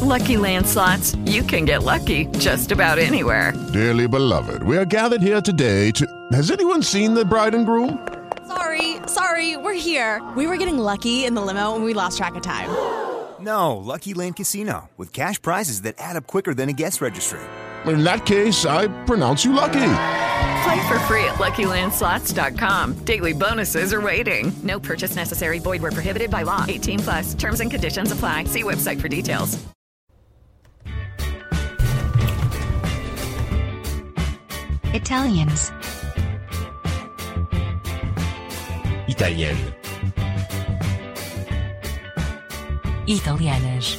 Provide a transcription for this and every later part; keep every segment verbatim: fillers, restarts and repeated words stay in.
Lucky Land Slots, you can get lucky just about anywhere. Dearly beloved, we are gathered here today to... Has anyone seen the bride and groom? Sorry, sorry, we're here. We were getting lucky in the limo and we lost track of time. No, Lucky Land Casino, with cash prizes that add up quicker than a guest registry. In that case, I pronounce you lucky. Play for free at Lucky Land Slots dot com. Daily bonuses are waiting. No purchase necessary. Void where prohibited by law. eighteen plus. Terms and conditions apply. See website for details. Italians. Italienne. Italianas.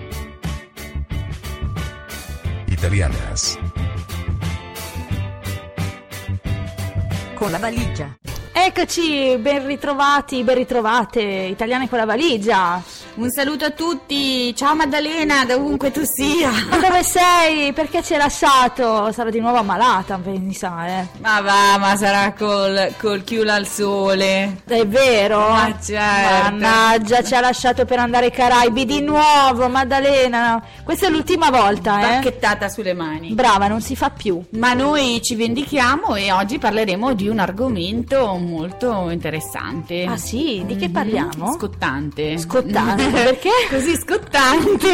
Italianas. Con la valigia. Eccoci, ben ritrovati, ben ritrovate, italiane con la valigia. Un saluto a tutti, ciao Maddalena, da ovunque tu sia. Ma dove sei? Perché ci hai lasciato? Sarà di nuovo ammalata, mi sa, eh. Ma va, ma sarà col, col chiulo al sole. È vero? Ma certo. Mannaggia, ci ha lasciato per andare ai Caraibi di nuovo, Maddalena. Questa è l'ultima volta, eh. Bacchettata sulle mani. Brava, non si fa più. Ma noi ci vendichiamo e oggi parleremo di un argomento molto interessante. Ah sì? Di che parliamo? Scottante. Scottante? Perché? Così scottante.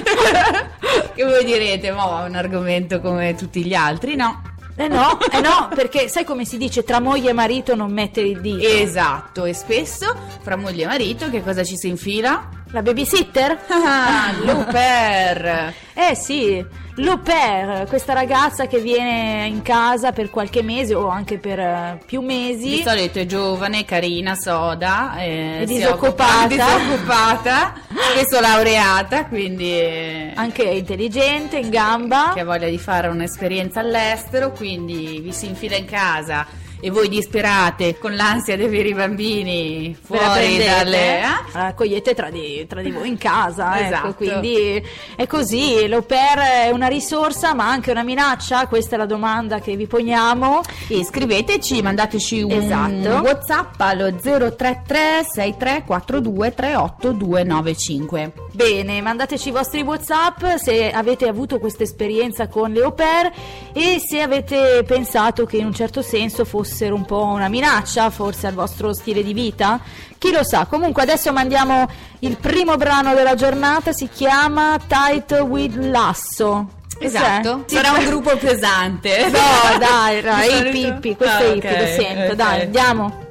Che voi direte, ma un argomento come tutti gli altri, no? Eh no, eh no, perché sai come si dice, tra moglie e marito non mettere il dito. Esatto, e spesso fra moglie e marito che cosa ci si infila? La babysitter? Ah, l'au pair. Eh sì, l'au pair, questa ragazza che viene in casa per qualche mese o anche per uh, più mesi. Di solito è giovane, carina, soda, eh, e disoccupata. disoccupata, spesso laureata, quindi eh, anche intelligente, in gamba, che ha voglia di fare un'esperienza all'estero, quindi vi si infila in casa e voi disperate con l'ansia di avere i bambini fuori dalle eh? Accogliete tra di, tra di voi in casa. Esatto. Ecco, quindi è così, l'au pair è una risorsa ma anche una minaccia? Questa è la domanda che vi poniamo. E scriveteci, mandateci un esatto. WhatsApp allo zero tre tre sei tre quattro due tre otto due nove cinque. Bene, mandateci i vostri WhatsApp se avete avuto questa esperienza con le au pair e se avete pensato che in un certo senso fossero un po' una minaccia forse al vostro stile di vita, chi lo sa. Comunque adesso mandiamo il primo brano della giornata, si chiama Tight with Lasso. Esatto, sarà un gruppo pesante. No dai, dai, hippie, hippie, questo ah, è hippie, okay, lo sento, okay. Dai, andiamo.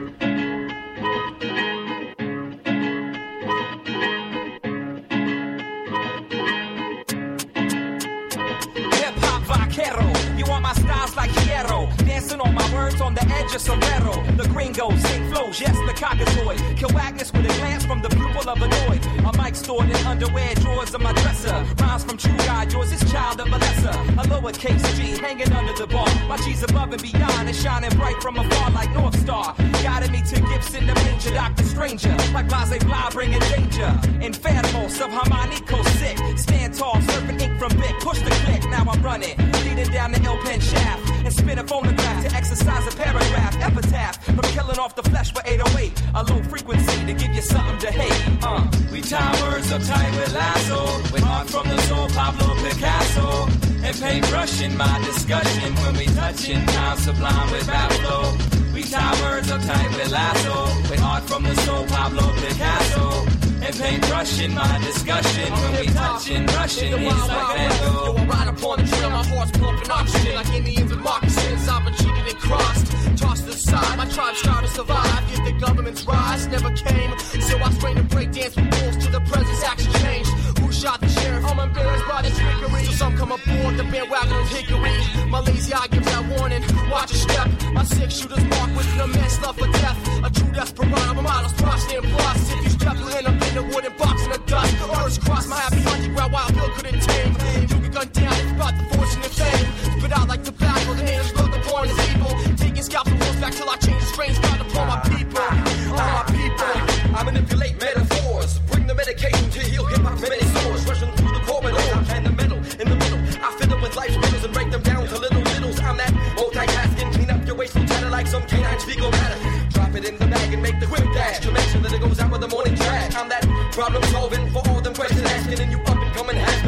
On my words on the edge of sombrero, the gringo sing flows, yes the cockazoid, kill Agnes with a glance from the pupil of annoyed. A mic stored in underwear drawers of my dresser, rhymes from true God, yours is child of a lesser. A lowercase G hanging under the bar, my G's above and beyond and shining bright from afar like North Star. Guided me to Gibson, the major Doctor Stranger, like Blase Blah bringing danger. Infermos of harmonico sick, stand tall, surfing ink from Bic, push the click, now I'm running, leading down the L-pen shaft, and spin a phonograph to exercise a paragraph, epitaph, from killing off the flesh for eight oh eight, a low frequency to give you something to hate. Uh, we tie words uptight with lasso, with art from the soul, Pablo Picasso, and paintbrush in my discussion when we touching time sublime with Bablo. We tie words uptight with lasso, with art from the soul, Pablo Picasso, and paintbrush in my discussion when we touching Russian hits like that. Yo, I ride upon the trail, my heart's pumping oxygen like Indians and moccasins. I've been cheated and crossed, tossed aside. My tribe's trying to survive. Yet the government's rise never came, so I strain and break dance with wolves till the presence action changed. Who shot the sheriff? I'm embarrassed by the trickery. So some come aboard the bandwagon of hickory. My lazy eye gives out warning. Watch your step. My six shooters mark with an immense love for death. A true desperado, my model's prostate and plus. If you step, you'll end up in the wooden box in the dust. Earth's cross, my happy underground wild bill couldn't tame. You get gunned down if you got the fortune and fame. Spit out like tobacco, the haters look upon as evil. Taking scalps and wolves back till I change the strains. Got upon my people, all my people. I manipulate metaphors, bring the medication to heal hip-hop many sores. Rushing through the corridor and the middle, in the middle. I fill them with life's riddles and break them down to little riddles. I'm that multitasking, clean up your waist from chatter like some canine fecal matter. Drop it in the bag and make the quick dash to make sure that it goes out with the morning trash. I'm that problem solving for all them questions asking, and you up and coming half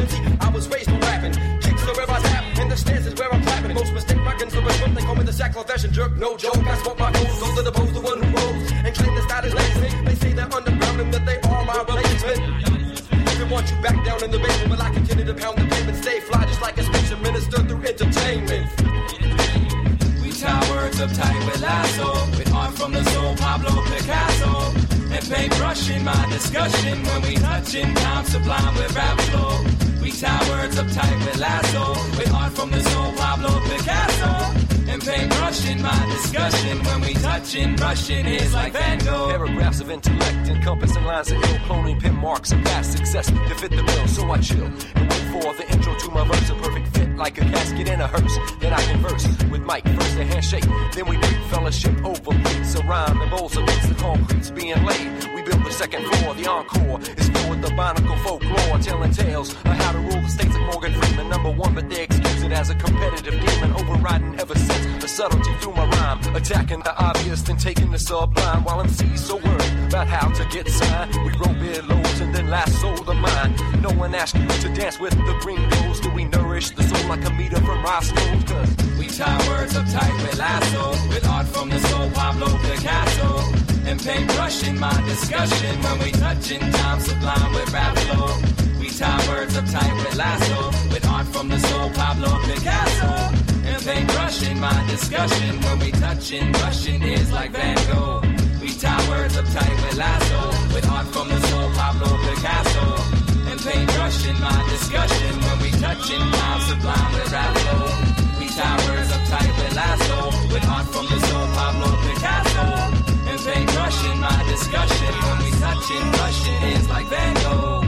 sackcloth fashion jerk, no joke. I smoke my goals, those are the pose, the one who rose and claim the status lazy. They say they're underground and that they are my replacement. Even want you back down in the basement, but I continue to pound the pavement, stay fly just like a spaceship minister through entertainment. We tie words up tight with lasso, with art from the soul, Pablo Picasso, and paintbrush in my discussion when we touching time sublime with rap flow. We tie words up tight with lasso, with art from the soul, Pablo Picasso, and paintbrush in my discussion when we touching, brushing is like Van Gogh. Paragraphs of intellect encompassing lines of ill, cloning pin marks of past success to fit the bill. So I chill and wait for the intro to my verse, a perfect fit like a casket in a hearse. Then I converse with Mike, first a handshake, then we break fellowship over beats, a rhyme and bowls of beats, the concrete's being laid. We build the second floor, the encore is filled with the barnacle folklore, telling tales of how to rule the states of Morgan Freeman, number one, but they excuse it as a competitive demon, overriding ever since. The subtlety through my rhyme, attacking the obvious, then taking the sublime. While M Cs so worried about how to get signed, we grow belows and then lasso the mind. No one asks you to dance with the gringos. Do we nourish the soul like a meter from Roscoe's? Cause we tie words up tight with lasso, with art from the soul, Pablo Picasso, and paintbrush in my discussion when we touching time sublime with rap flow. We tie words up tight with lasso, with art from the soul, Pablo Picasso, and paintbrush in my discussion when we touching, brushing is like Van Gogh. We tie words up tight with lasso, with art from the soul, Pablo Picasso, and paintbrush in my discussion when we touching time sublime with rap flow. We tie words up tight with lasso, with art from the soul, Pablo Picasso, and paintbrush in my discussion when we touching, brushing is like Van Gogh.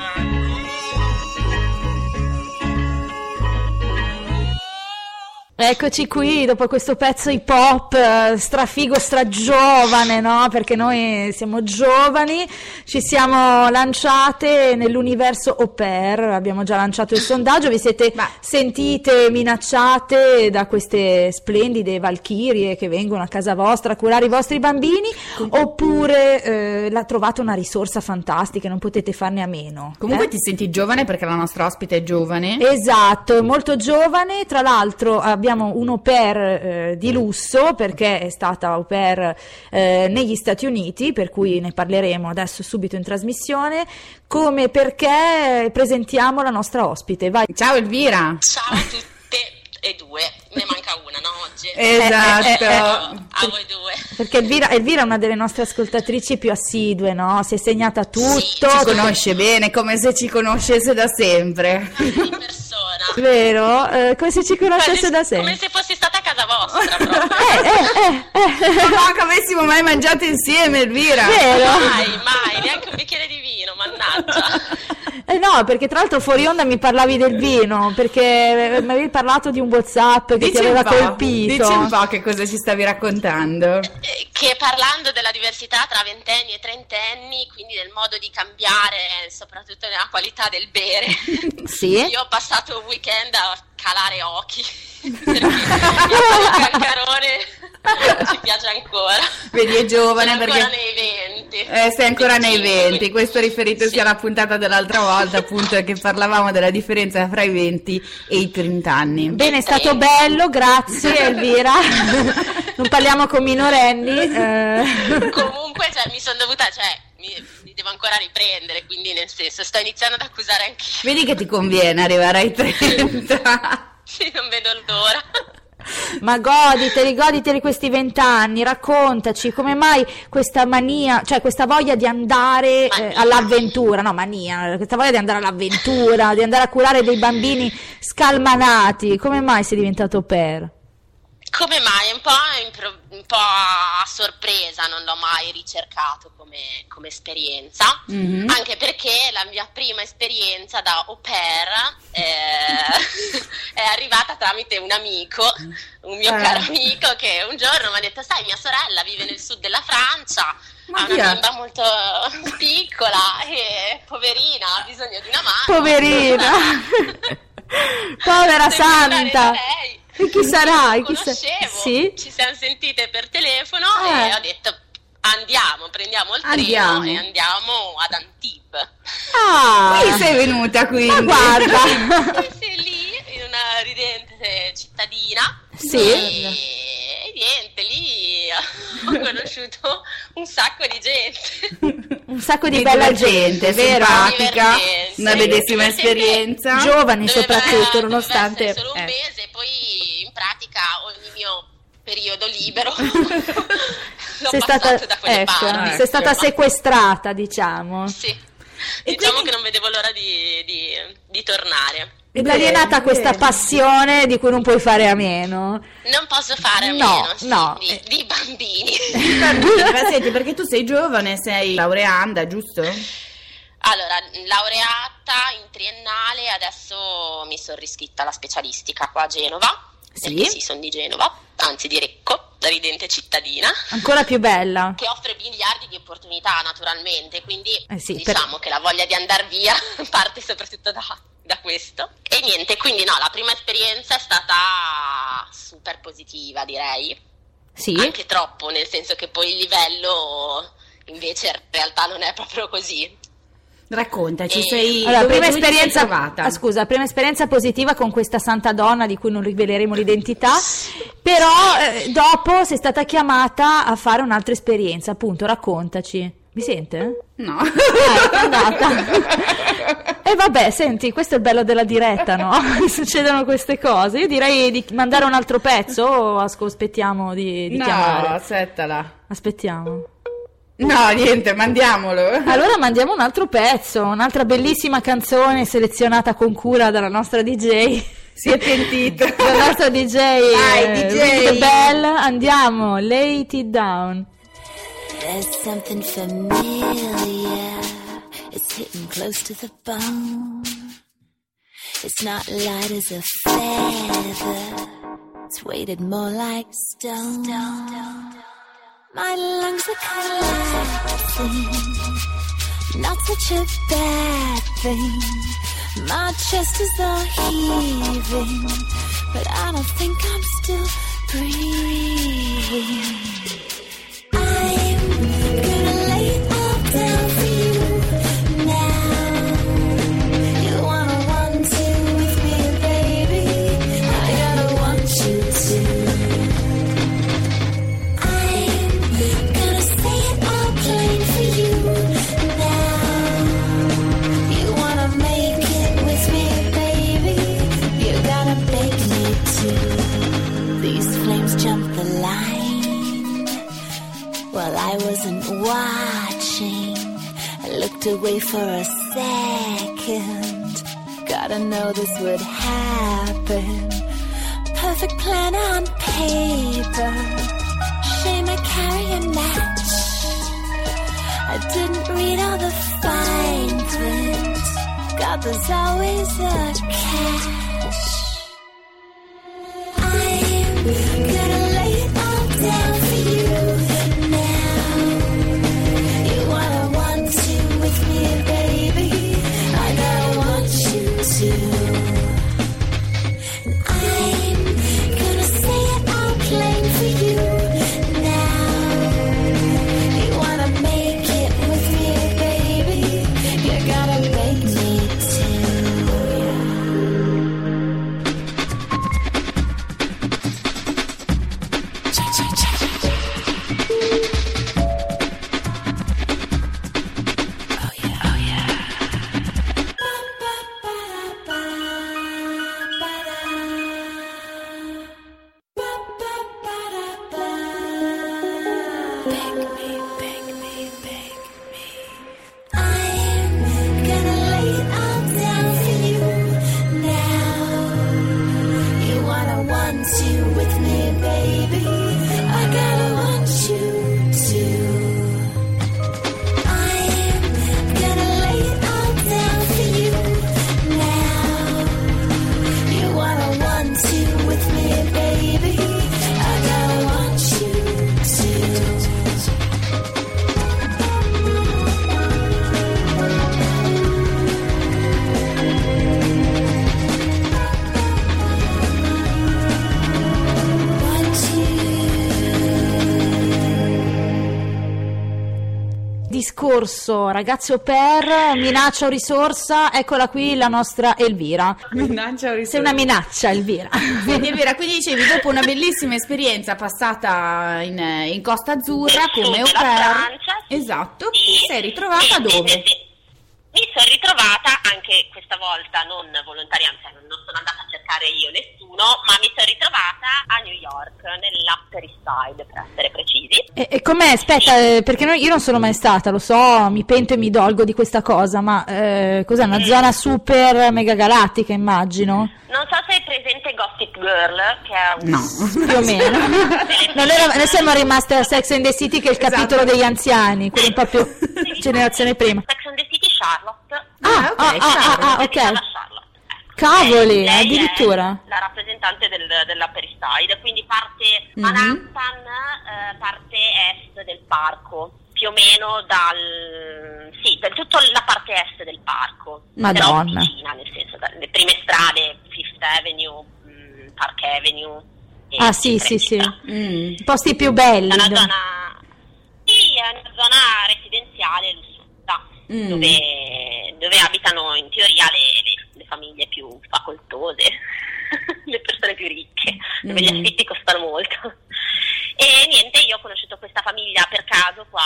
Eccoci qui dopo questo pezzo hip hop eh, strafigo, stragiovane, no? Perché noi siamo giovani, ci siamo lanciate nell'universo au pair, abbiamo già lanciato il sondaggio, vi siete Ma... sentite minacciate da queste splendide valchirie che vengono a casa vostra a curare i vostri bambini, oppure eh, la trovate una risorsa fantastica, non potete farne a meno? Comunque eh? ti senti giovane perché la nostra ospite è giovane. Esatto, molto giovane, tra l'altro abbiamo un au pair eh, di lusso perché è stata au pair eh, negli Stati Uniti, per cui ne parleremo adesso subito in trasmissione. Come, perché presentiamo la nostra ospite. Vai. Ciao Elvira. Ciao a tutte e due, ne manca una, no, oggi? Esatto. Eh, eh, eh, a voi due. Perché Elvira, Elvira è una delle nostre ascoltatrici più assidue, no? Si è segnata tutto. Sì, ci conosce bene, come se ci conoscesse da sempre. In persona. Vero? Eh, come se ci conoscesse Quasi, da sempre. Come se fossi stata a casa vostra, proprio. eh, eh, eh, eh. Ma che avessimo mai mangiato insieme, Elvira. Vero? Mai, mai, neanche un bicchiere di vino, mannaggia. Eh no, perché tra l'altro fuori onda mi parlavi del vino, perché mi avevi parlato di un WhatsApp che dici ti aveva colpito. Dici un po' che cosa ci stavi raccontando. Eh, che parlando della diversità tra ventenni e trentenni, quindi del modo di cambiare, soprattutto nella qualità del bere. Sì. Io ho passato un weekend a calare occhi, perché il cancarone ci piace ancora. Vedi, è giovane. Sono perché ancora nei venti. Eh, sei ancora nei venti. Questo riferitosi sì. alla puntata dell'altra volta, appunto, che parlavamo della differenza fra i venti e i trenta anni. Bene, è stato bello, grazie Elvira. Non parliamo con minorenni. Eh. Comunque, cioè, mi sono dovuta, cioè, mi, mi devo ancora riprendere, quindi nel senso, sto iniziando ad accusare anch'io. Vedi che ti conviene arrivare ai trenta. Sì, non vedo l'ora. Ma goditeli, goditeli questi vent'anni, raccontaci come mai questa mania, cioè questa voglia di andare eh, all'avventura, no mania, questa voglia di andare all'avventura, di andare a curare dei bambini scalmanati, come mai sei diventato au pair? Come mai? Un po', un po' a sorpresa, non l'ho mai ricercato come, come esperienza, mm-hmm. anche perché la mia prima esperienza da au pair eh, è arrivata tramite un amico, un mio eh. caro amico che un giorno mi ha detto: sai, mia sorella vive nel sud della Francia, ha una bimba molto piccola e poverina, ha bisogno di una mano. Poverina! Povera santa! E chi sarà? Io chi conoscevo, sa- sì? Ci siamo sentite per telefono eh. e ho detto: andiamo, prendiamo il andiamo. treno e andiamo ad Antibes. Ah, qui sei venuta quindi. Ma guarda, sì, sì, lì in una ridente cittadina. Sì. E conosciuto un sacco di gente. Un sacco di, di bella gente, vero? Simpatica, una bellissima esperienza. Giovani doveva, soprattutto, nonostante... Doveva essere solo un eh. mese, poi in pratica ogni mio periodo libero l'ho sei passato stata, da quelle ecco, parti. Sei stata sequestrata, diciamo. Sì, e diciamo quindi... che non vedevo l'ora di, di, di tornare. E da lì è nata questa passione di cui non puoi fare a meno. Non posso fare a no, meno, sì, no. Di, di bambini. Di bambini, ma senti, perché tu sei giovane, sei laureanda, giusto? Allora, laureata in triennale, adesso mi sono riscritta alla specialistica qua a Genova. Sì? Perché sì, sono di Genova, anzi di Recco, da ridente cittadina. Ancora più bella. Che offre miliardi di opportunità naturalmente, quindi eh sì, diciamo per... che la voglia di andare via parte soprattutto da, da questo. E niente, quindi no, la prima esperienza è stata super positiva, direi. Sì? Anche troppo, nel senso che poi il livello invece in realtà non è proprio così. Raccontaci, e... sei allora, dove prima tu ti sei esperienza trovata? ah, scusa, prima esperienza positiva con questa santa donna di cui non riveleremo l'identità, però eh, dopo sei stata chiamata a fare un'altra esperienza, appunto, raccontaci. Mi sente? No. Ah, è andata. E vabbè, senti, questo è il bello della diretta, no? Succedono queste cose. Io direi di mandare un altro pezzo o aspettiamo di, di no, chiamare? No, aspettala. Aspettiamo. No, niente, mandiamolo. Allora mandiamo un altro pezzo, un'altra bellissima canzone selezionata con cura dalla nostra D J. Si è pentita. Dalla nostra D J. Dai, D J. Bell, andiamo, lay it down. There's something familiar. It's hitting close to the bone. It's not light as a feather. It's weighted more like stone. stone. My lungs are collapsing, not such a bad thing. My chest is all heaving, but I don't think I'm still breathing. I'm gonna lay it all down for you now. You wanna one two with me, baby? I gotta want you to. Well, I wasn't watching. I looked away for a second. Gotta know this would happen. Perfect plan on paper. Shame I carry a match. I didn't read all the fine print. God, there's always a catch. I'm gonna lay it all down for you. discorso ragazze au pair, minaccia o risorsa, eccola qui la nostra Elvira. Minaccia o risorsa? Sei una minaccia, Elvira. Quindi Elvira, quindi dicevi, dopo una bellissima esperienza passata in, in Costa Azzurra come au pair, esatto, ti sei ritrovata dove? Mi sono ritrovata anche questa volta non volontariamente, non sono andata a cercare io nessuno, ma mi sono ritrovata a New York, nell'Upper East Side per essere precisi. E, e com'è? Aspetta, eh, perché no, io non sono mai stata, lo so, mi pento e mi dolgo di questa cosa, ma eh, cos'è? Una mm. zona super mega galattica, immagino? Non so se hai presente Gossip Girl, che è un... No, più o meno. non era, noi siamo rimaste a Sex and the City, che è il esatto. capitolo degli anziani, quello un po' più generazione prima. Sex and the City Charlotte. Ah, ok, ah, ah, ah, ok. Cavoli, lei addirittura. È la rappresentante del, dell'Upper East Side, quindi parte Manhattan, mm-hmm. eh, parte est del parco, più o meno dal sì, per tutta la parte est del parco. Madonna. Però vicina, nel senso, le prime strade, Fifth Avenue, mh, Park Avenue. Ah sì, sì, sì. Mm. Posti più belli. È una zona, sì, è una zona residenziale lussuosa, mm. dove, dove abitano in teoria le, le, le famiglie più facoltose, le persone più ricche, dove mm. gli affitti costano molto. E niente, io ho conosciuto questa famiglia per caso qua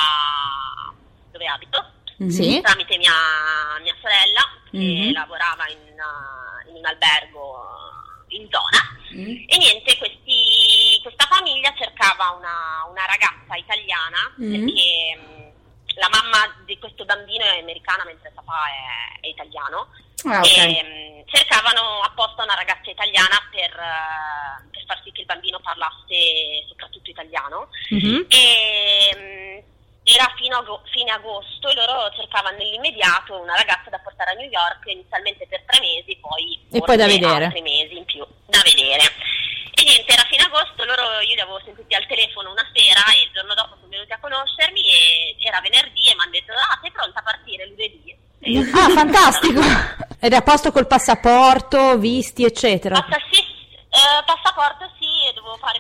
dove abito, mm-hmm. tramite mia, mia sorella che mm-hmm. lavorava in, uh, in un albergo in zona. Mm. E niente, questi, questa famiglia cercava una, una ragazza italiana mm. perché mh, la mamma di questo bambino è americana mentre il papà è, è italiano. Ah, okay. E mh, cercavano apposta una ragazza italiana per, uh, per far sì che il bambino parlasse soprattutto italiano. Mm-hmm. E mh, era fino a fine agosto e loro cercavano nell'immediato una ragazza da portare a New York, inizialmente per tre mesi, poi e poi da vedere altri mesi in più da vedere. E niente, era fine agosto, loro io li avevo sentiti al telefono una sera e il giorno dopo sono venuti a conoscermi e era venerdì e mi hanno detto ah, sei pronta a partire lunedì? Ah, fantastico. Ed è a posto col passaporto, visti eccetera? Passa, sì, eh, passaporto sì, e dovevo fare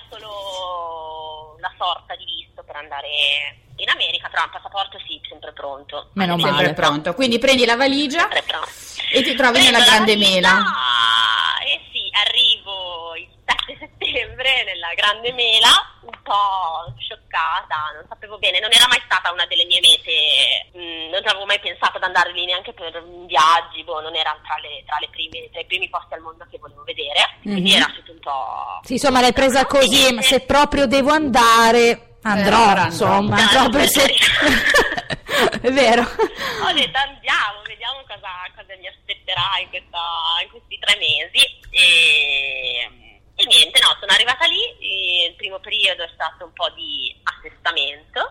solo una sorta di visto per andare in America, però il passaporto sì, sempre pronto. Meno male. Sempre pronto, quindi prendi la valigia e ti trovi Prendo nella Grande valigia, Mela. Eh sì, arrivo il sette settembre nella Grande Mela, un po' scioccata, non sapevo bene, non era mai stata una delle mie mete, mh, non avevo mai pensato ad andare lì neanche per viaggi, boh, non era tra le, tra le prime, tra i primi posti al mondo che volevo vedere, mm-hmm. quindi era tutto un po'... Sì, insomma l'hai presa così, ma se proprio devo andare... Andrò, eh, insomma, andrò, andrò per se... È vero. Ho detto andiamo, vediamo cosa, cosa mi aspetterà in, questa, in questi tre mesi. E, e niente, no, sono arrivata lì, il primo periodo è stato un po' di assestamento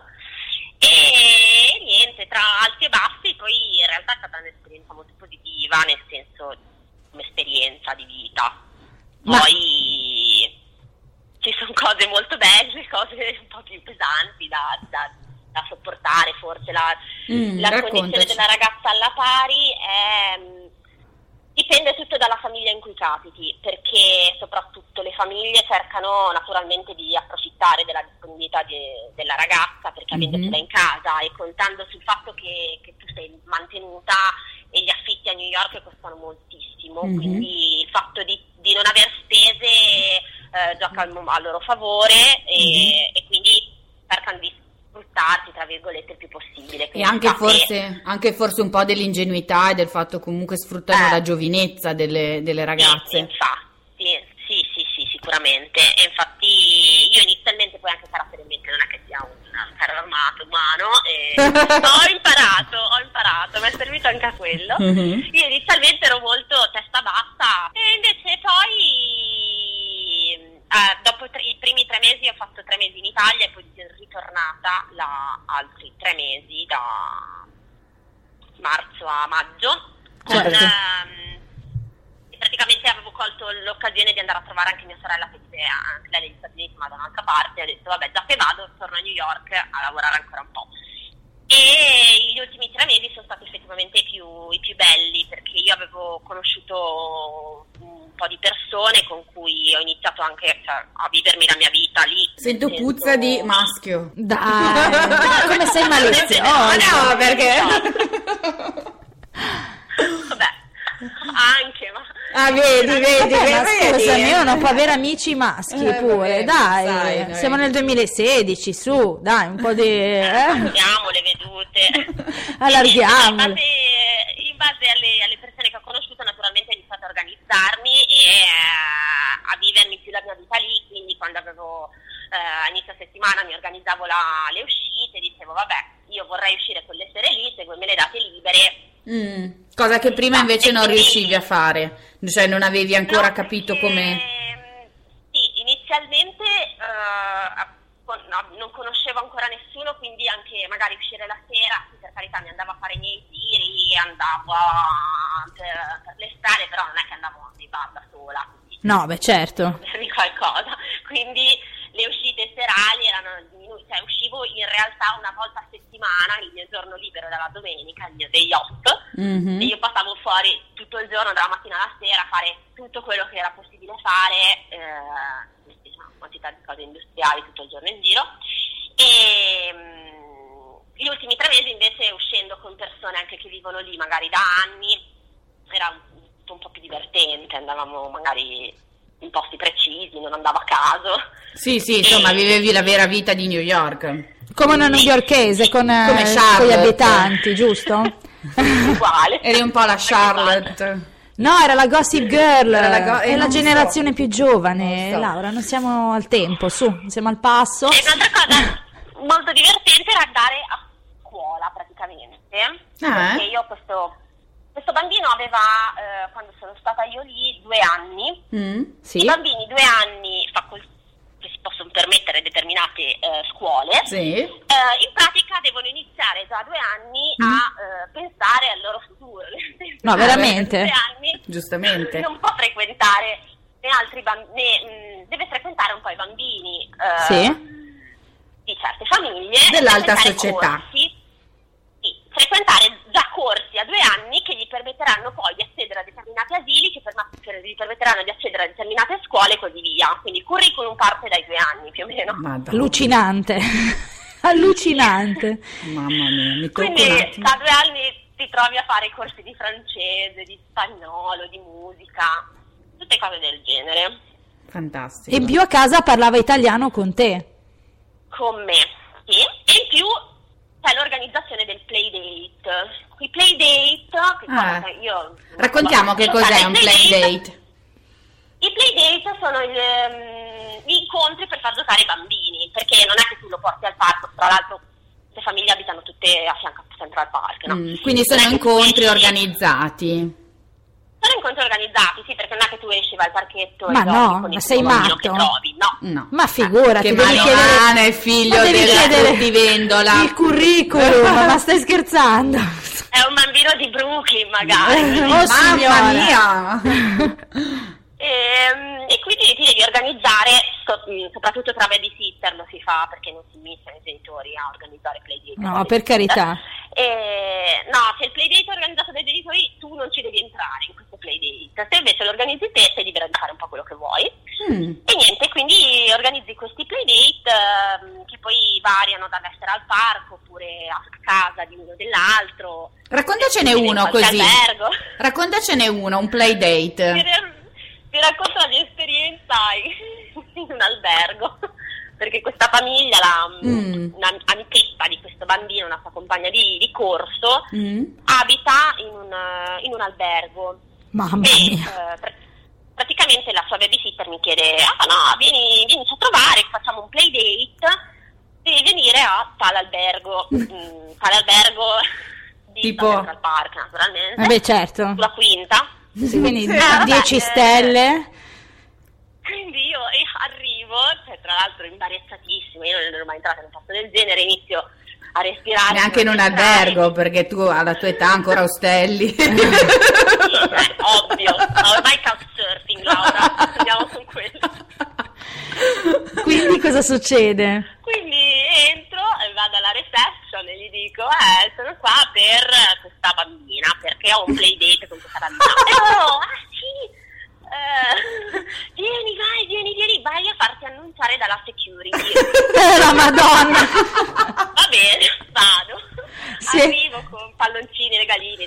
e niente, tra alti e bassi, poi in realtà è stata un'esperienza molto positiva, nel senso come esperienza di vita. Ma... Poi... ci sono cose molto belle, cose un po' più pesanti da, da, da sopportare, forse la, mm, la condizione della ragazza alla pari è, dipende tutto dalla famiglia in cui capiti, perché soprattutto le famiglie cercano naturalmente di approfittare della disponibilità di, della ragazza, perché mm-hmm. avendosela in casa e contando sul fatto che, che tu sei mantenuta e gli affitti a New York costano moltissimo, mm-hmm. quindi il fatto di, di non aver spese Eh, gioca al, a loro favore e, mm-hmm. e quindi cercano di sfruttarsi tra virgolette il più possibile. E anche forse, anche forse un po' dell'ingenuità e del fatto comunque sfruttano eh. la giovinezza delle, delle ragazze. Sì, infatti, sì, sì, sì, sicuramente. E infatti io inizialmente poi anche caratterialmente non è che sia un carro armato umano e ho imparato, ho imparato, mi è servito anche a quello. Mm-hmm. Io inizialmente ero molto testa bassa e invece poi Uh, dopo tre, i primi tre mesi ho fatto tre mesi in Italia e poi sono ritornata là altri tre mesi da marzo a maggio con, certo. um, praticamente avevo colto l'occasione di andare a trovare anche mia sorella che vive anche lei negli Stati Uniti ma da un'altra parte, ho detto vabbè già che vado torno a New York a lavorare ancora un po'. E gli ultimi tre mesi sono stati effettivamente i più, i più belli perché io avevo conosciuto un po' di persone persone con cui ho iniziato anche, cioè, a vivermi la mia vita lì. Sento Sento... puzza di maschio. Dai, come sei maliziosa? No, perché... Vabbè, anche, ma... Ah, vedi, vedi, Vabbè, ma vedi. scusami, uno può avere amici maschi Eh, pure, vabbè, dai, sai, noi- siamo nel duemilasedici, su, dai, un po' di... Eh? Allarghiamo le vedute. Allarghiamole. In base, in base alle, alle persone che ho conosciuto, naturalmente ho iniziato a organizzarmi e eh, a vivermi più la mia vita lì, quindi quando avevo eh, inizio settimana mi organizzavo la, le uscite, dicevo vabbè, io vorrei uscire con le sere lì, se voi me le date libere. Mm, cosa che prima invece non riuscivi a fare, cioè non avevi ancora No, capito perché, come... Sì, inizialmente eh, con- no, non conoscevo ancora nessuno, quindi anche magari uscire la sera, sì, per carità mi andavo a fare i miei giri, andavo a- per, per le strade, però non è che andavo nei bar da sola, quindi No, beh, certo. di qualcosa, quindi le uscite serali erano diminuite, cioè uscivo in realtà una volta a settimana, il mio giorno libero era la domenica, il mio day off, Mhm. e io passavo fuori tutto il giorno, dalla mattina alla sera, a fare tutto quello che era possibile fare, eh, una quantità di cose industriali tutto il giorno in giro, e mh, gli ultimi tre mesi invece uscendo con persone anche che vivono lì magari da anni, era un, un po' più divertente, andavamo magari in posti precisi, non andavo a caso. Sì, sì, insomma, vivevi la vera vita di New York. Come una newyorkese con, eh, Come con gli Charlotte. abitanti, giusto? Uguale. Eri un po' la Charlotte. No, era la Gossip Girl, Era la go- è eh, la non so. generazione più giovane, Non so. Laura, non siamo al tempo, su, siamo al passo. E un'altra cosa molto divertente era andare a scuola praticamente, Ah, perché eh? io questo, questo bambino aveva, eh, quando sono stata io lì, due anni. Mm, I sì. bambini due anni facol- che si possono permettere determinate eh, scuole, Sì. eh, in pratica devono iniziare già a due anni a eh, pensare al loro futuro. nel senso No, che veramente? a due anni Giustamente. non può frequentare né altri bambini, deve frequentare un po' i bambini eh, Sì. di certe famiglie, Dell'alta frequentare società. corsi, sì, frequentare già corsi a due anni che gli permetteranno poi di accedere a determinati asili, che perma- che gli permetteranno di accedere a determinate scuole e così via. Quindi il curriculum parte dai due anni più o meno. Madonna. Allucinante, allucinante. Mamma mia, mi tocco Quindi un attimo. da due anni ti trovi a fare corsi di francese, di spagnolo, di musica, tutte cose del genere. Fantastico. E in più a casa parlava italiano con te. Con me, sì. E in più c'è l'organizzazione del playdate. I playdate, che Ah. cosa io... Raccontiamo che Lo cos'è sai, un i playdate. I playdate sono il, ehm, gli incontri per far giocare i bambini, perché non è che tu lo porti al parco, tra l'altro le famiglie abitano tutte a fianco a Central Park, no? Mm, quindi sono Non è che tu incontri esci- organizzati. Sono incontri organizzati, sì, perché non è che tu esci, vai al parchetto Ma e giochi no, con ma il sei primo bambino che matto? trovi, no. No. Ma figurati, Che devi chiedere... Mariana è figlio ma devi della chiedere fruttivendola. il curriculum, ma stai scherzando? È un bambino di Brooklyn, magari. Oh, Mamma signora. mia! E, e quindi ti devi organizzare, so- soprattutto tra babysitter lo si fa perché non si iniziano i genitori a organizzare playdate. No, per carità. E, no, se il playdate è organizzato dai genitori tu non ci devi entrare in questo playdate, se invece lo organizzi te sei libera di fare un po' quello che vuoi. Mm. E niente, quindi organizzi questi playdate ehm, che poi variano dall'essere al parco oppure a casa di uno o dell'altro. Raccontacene In uno qualche così. albergo. Raccontacene uno, un playdate. Vi vi racconto la mia esperienza in un albergo, perché questa famiglia, la, Mm. un'amichetta di questo bambino, una sua compagna di, di corso, Mm. abita in un, in un albergo. Mamma E mia. eh, pr- praticamente la sua babysitter mi chiede: ah no, vieni, vienici a trovare, facciamo un playdate, devi venire a tale albergo, mm, tale albergo di Tipo? Central Park, naturalmente, Vabbè, certo. sulla quinta. Sì, quindi Eh, vabbè, dieci eh, stelle. Quindi io eh, arrivo, cioè, tra l'altro imbarazzatissima, io non ero mai entrata in un posto del genere, inizio a respirare. Neanche in un albergo, perché tu alla tua età ancora ostelli. Sì, eh, ovvio, ormai couchsurfing, Laura, andiamo con quello. Quindi cosa succede? Quindi entro e vado alla reception e gli dico: eh, sono qua per questa bambina, perché ho un playdate con questa bambina. E loro: ah sì, eh,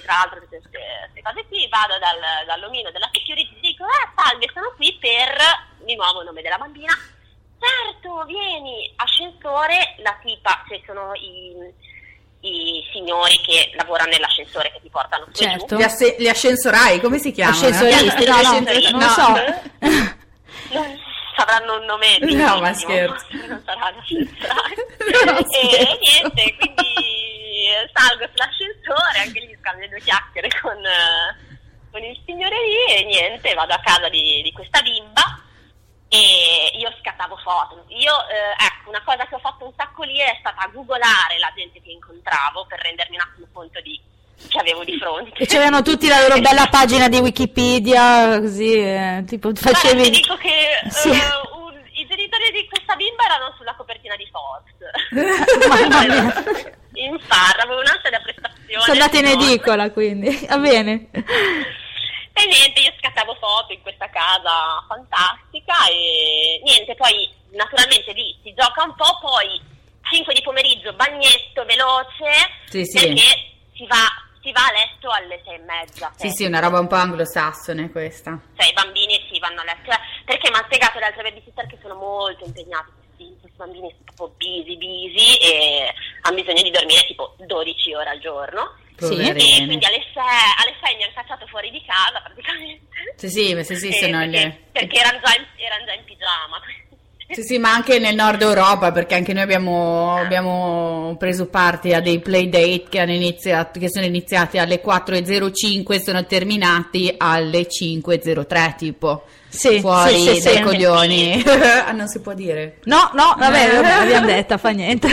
tra l'altro tutte queste cose qui, vado dal, dall'omino della security e dico eh salve, sono qui per di nuovo nome della bambina. Certo, vieni, ascensore, la tipa, cioè sono i, i signori che lavorano nell'ascensore che ti portano su e certo. giù. Gli, asse- gli ascensoriai, come si chiamano? Ascensoristi, no, no, non lo so. Non avranno un nome no, ma scherzo. Non saranno ascensorai. E niente, quindi salgo sull'ascensore, anche lì scambio due chiacchiere con, con il signore lì e niente, vado a casa di, di questa bimba. E io scattavo foto. Io, eh, ecco, una cosa che ho fatto un sacco lì è stata googolare la gente che incontravo per rendermi un attimo conto di che avevo di fronte. E c'erano tutti la loro bella pagina di Wikipedia, così, eh, tipo facevi... Guarda, ti dico che sì. uh, un, i genitori di questa bimba erano sulla copertina di Forbes. Mamma mia. In farra, avevo un'ansia da prestazione. Sono andata in edicola, quindi, va bene. E niente, io scattavo foto in questa casa fantastica e niente, poi naturalmente lì si gioca un po', poi cinque di pomeriggio, bagnetto veloce, sì, sì. perché si va, si va a letto alle sei e mezza. Sì, sì, una roba un po' anglosassone questa. Cioè i bambini si vanno a letto, perché mi ha spiegato le altre babysitter che sono molto impegnati, questi, questi bambini sono proprio busy, busy e hanno bisogno di dormire tipo dodici ore al giorno. Sì. E quindi alle sei, alle sei mi hanno cacciato fuori di casa praticamente. Sì, sì, sì, sì, eh, sono perché, le... perché erano già, in, erano già in pigiama. Sì, sì, ma anche nel nord Europa, perché anche noi abbiamo, abbiamo preso parte a dei play date che, hanno iniziato, che sono iniziati alle quattro e zero cinque e sono terminati alle cinque e zero tre tipo. Sì, fuori sì, sì, dai sì. coglioni. Non si può dire. No, no, vabbè, vabbè l'abbiamo detta, fa niente.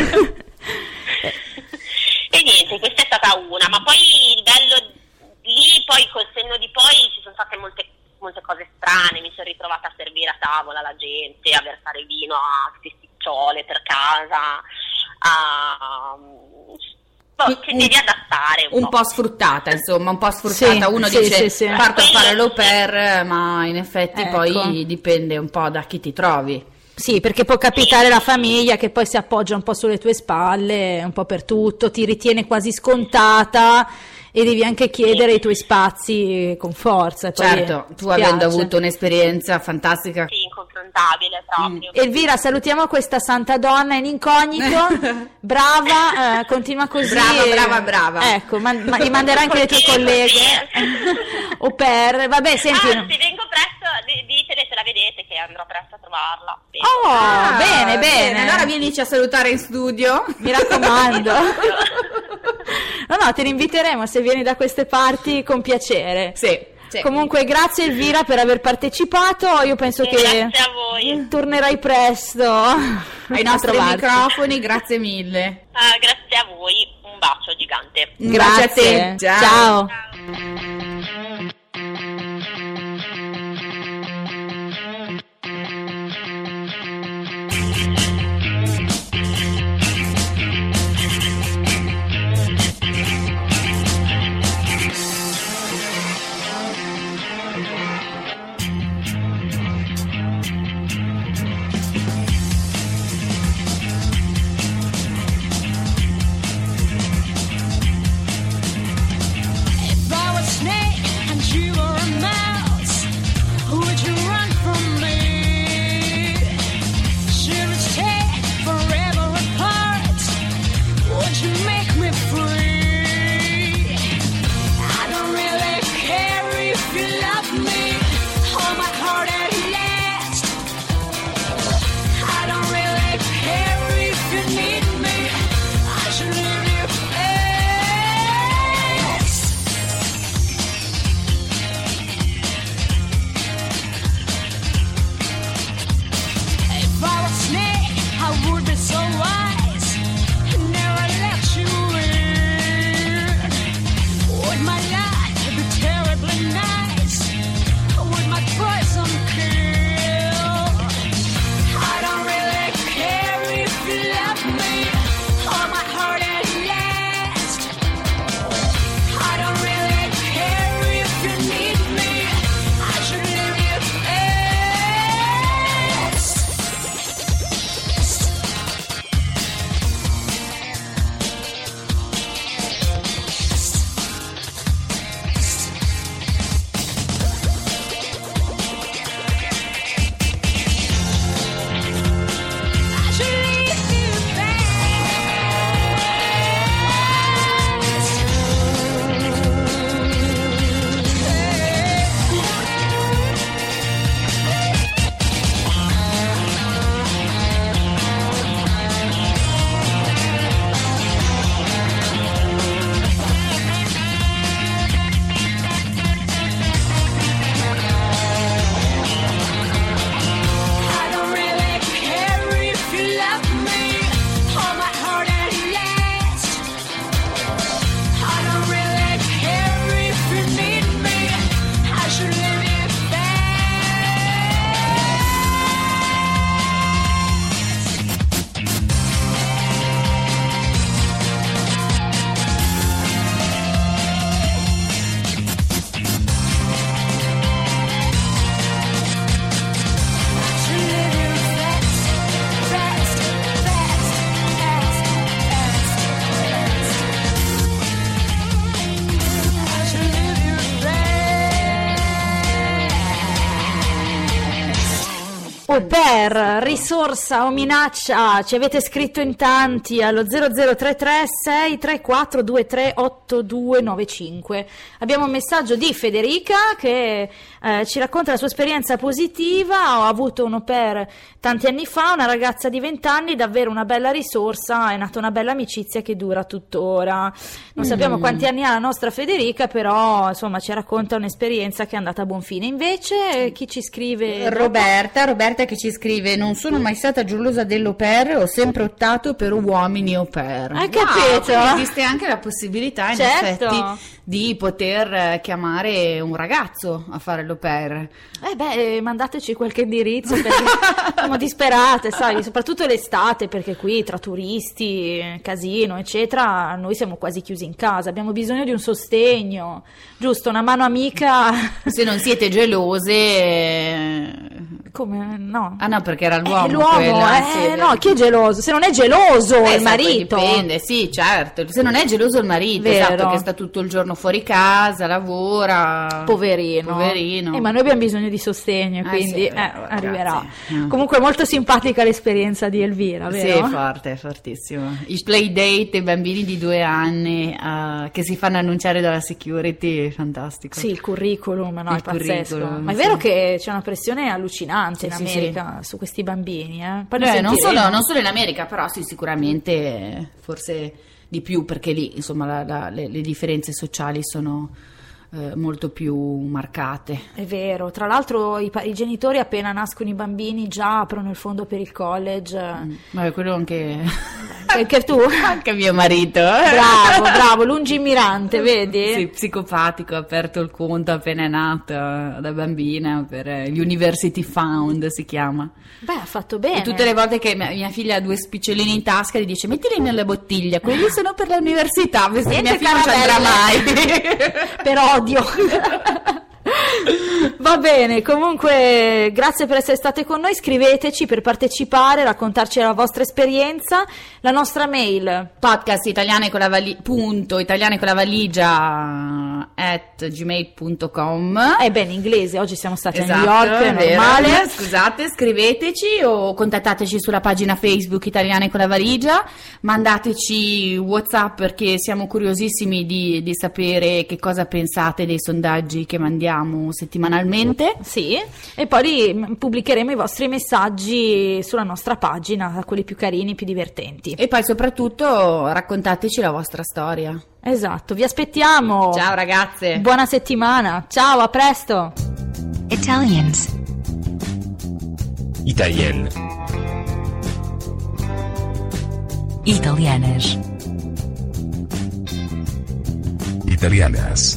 E niente, questa è stata una, ma poi il bello lì, poi col senno di poi ci sono state molte, molte cose strane, mi sono ritrovata a servire a tavola la gente, a versare vino a sticciole per casa, a... Poi ci devi adattare un, un po'. po' sfruttata, insomma, un po' sfruttata. Sì, Uno sì, dice sì, sì. parto a fare l'au pair, ma in effetti Ecco. poi dipende un po' da chi ti trovi. Sì, perché può capitare la famiglia che poi si appoggia un po' sulle tue spalle, un po' per tutto, ti ritiene quasi scontata e devi anche chiedere i tuoi spazi con forza. Poi Certo, tu spiace. avendo avuto un'esperienza fantastica. Sì, inconfrontabile proprio. Elvira, salutiamo questa santa donna in incognito, brava, eh, continua così. Brava, e- brava, brava. Ecco, ma, ma gli manderà anche le tue colleghe. Au pair, vabbè, senti. Anzi, vengo presto, di- ditele se la vedete che andrò presto a trovarla. Sì. Oh, Ah, bene, bene. Allora vienici a salutare in studio. Mi raccomando. No, no, te ne inviteremo se vieni da queste parti con piacere. Sì, sì. Comunque, grazie Elvira per aver partecipato. Io penso che Grazie a voi. tornerai presto Ai nostri microfoni, grazie mille. Ah, grazie a voi, un bacio gigante. Un bacio a te. Ciao. Ciao. If I was Au pair, risorsa o minaccia, ci avete scritto in tanti allo zero zero tre tre sei tre quattro due tre otto due nove cinque. Abbiamo un messaggio di Federica che eh, ci racconta la sua esperienza positiva. Ho avuto un au pair tanti anni fa, una ragazza di venti anni, davvero una bella risorsa, è nata una bella amicizia che dura tuttora. Non mm. sappiamo quanti anni ha la nostra Federica, però insomma ci racconta un'esperienza che è andata a buon fine. Invece chi ci scrive? Roberta, Roberta che ci scrive: non sono mai stata gelosa dell'au pair, ho sempre optato per uomini au pair. Hai capito? Wow, esiste anche la possibilità in certo. effetti di poter chiamare un ragazzo a fare l'au pair. Eh beh, mandateci qualche indirizzo perché siamo disperate, sai, soprattutto l'estate, perché qui tra turisti, casino, eccetera, noi siamo quasi chiusi in casa, abbiamo bisogno di un sostegno, giusto, una mano amica. Se non siete gelose... Come? No. Ah no, perché era l'uomo. Eh, l'uomo, quella, eh, sì, no, chi è geloso? Se non è geloso eh, il marito. Dipende, sì, certo. Se non è geloso il marito, vero. Esatto, che sta tutto il giorno fuori casa, lavora. Poverino. Poverino. Eh, ma noi abbiamo bisogno di sostegno, Eh, quindi sì, eh, ragazzi. arriverà. Mm. Comunque molto simpatica l'esperienza di Elvira, vero? Sì, forte, fortissimo. I play date, i bambini di due anni uh, che si fanno annunciare dalla security, fantastico. Sì, il curriculum, no, Il è pazzesco. curriculum, Ma è sì. vero che c'è una pressione allucinante in Sì, sì, America su questi bambini, eh? Poi ne Eh, non, sentiremo. solo, non solo in America, però sì, sicuramente eh, forse di più, perché lì insomma la- la- le, le differenze sociali sono eh, molto più marcate. È vero, tra l'altro i, pa- i genitori appena nascono i bambini già aprono il fondo per il college. Ma quello anche, Anche tu? anche mio marito. Bravo, bravo, lungimirante, vedi? Sì, psicopatico, ha aperto il conto appena è nato da bambina per eh, gli University Fund si chiama. Beh, ha fatto bene. E tutte le volte che mia, mia figlia ha due spiccioline in tasca gli dice mettili nella bottiglia, quelli sono per l'università, questa Niente mia figlia non ci andrà caramelle. mai. Per odio. Va bene, comunque grazie per essere state con noi, scriveteci per partecipare, raccontarci la vostra esperienza, la nostra mail Podcast italiane con la vali- punto italiane con la valigia at gmail punto com. è bene in inglese, oggi siamo stati Esatto, a New York, è vero. normale. Scusate, scriveteci o contattateci sulla pagina Facebook Italiane con la valigia, mandateci WhatsApp perché siamo curiosissimi di, di sapere che cosa pensate dei sondaggi che mandiamo settimanalmente. Sì, e poi ri- pubblicheremo i vostri messaggi sulla nostra pagina, quelli più carini, più divertenti. E poi soprattutto raccontateci la vostra storia. Esatto, vi aspettiamo. Ciao ragazze. Buona settimana. Ciao, a presto. Italians. Italienne. Italianas. Italianas.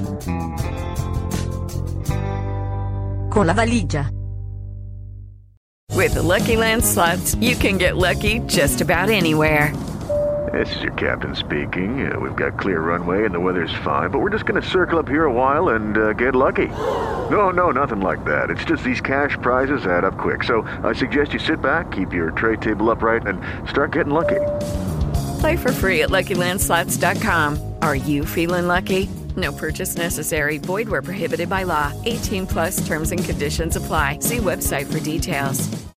Con la valigia. With the Lucky Land Slots, you can get lucky just about anywhere. This is your captain speaking. Uh, we've got clear runway and the weather's fine, but we're just going to circle up here a while and uh, get lucky. No, no, nothing like that. It's just these cash prizes add up quick. So I suggest you sit back, keep your tray table upright, and start getting lucky. Play for free at Lucky Land Slots dot com. Are you feeling lucky? No purchase necessary. Void where prohibited by law. eighteen plus terms and conditions apply. See website for details.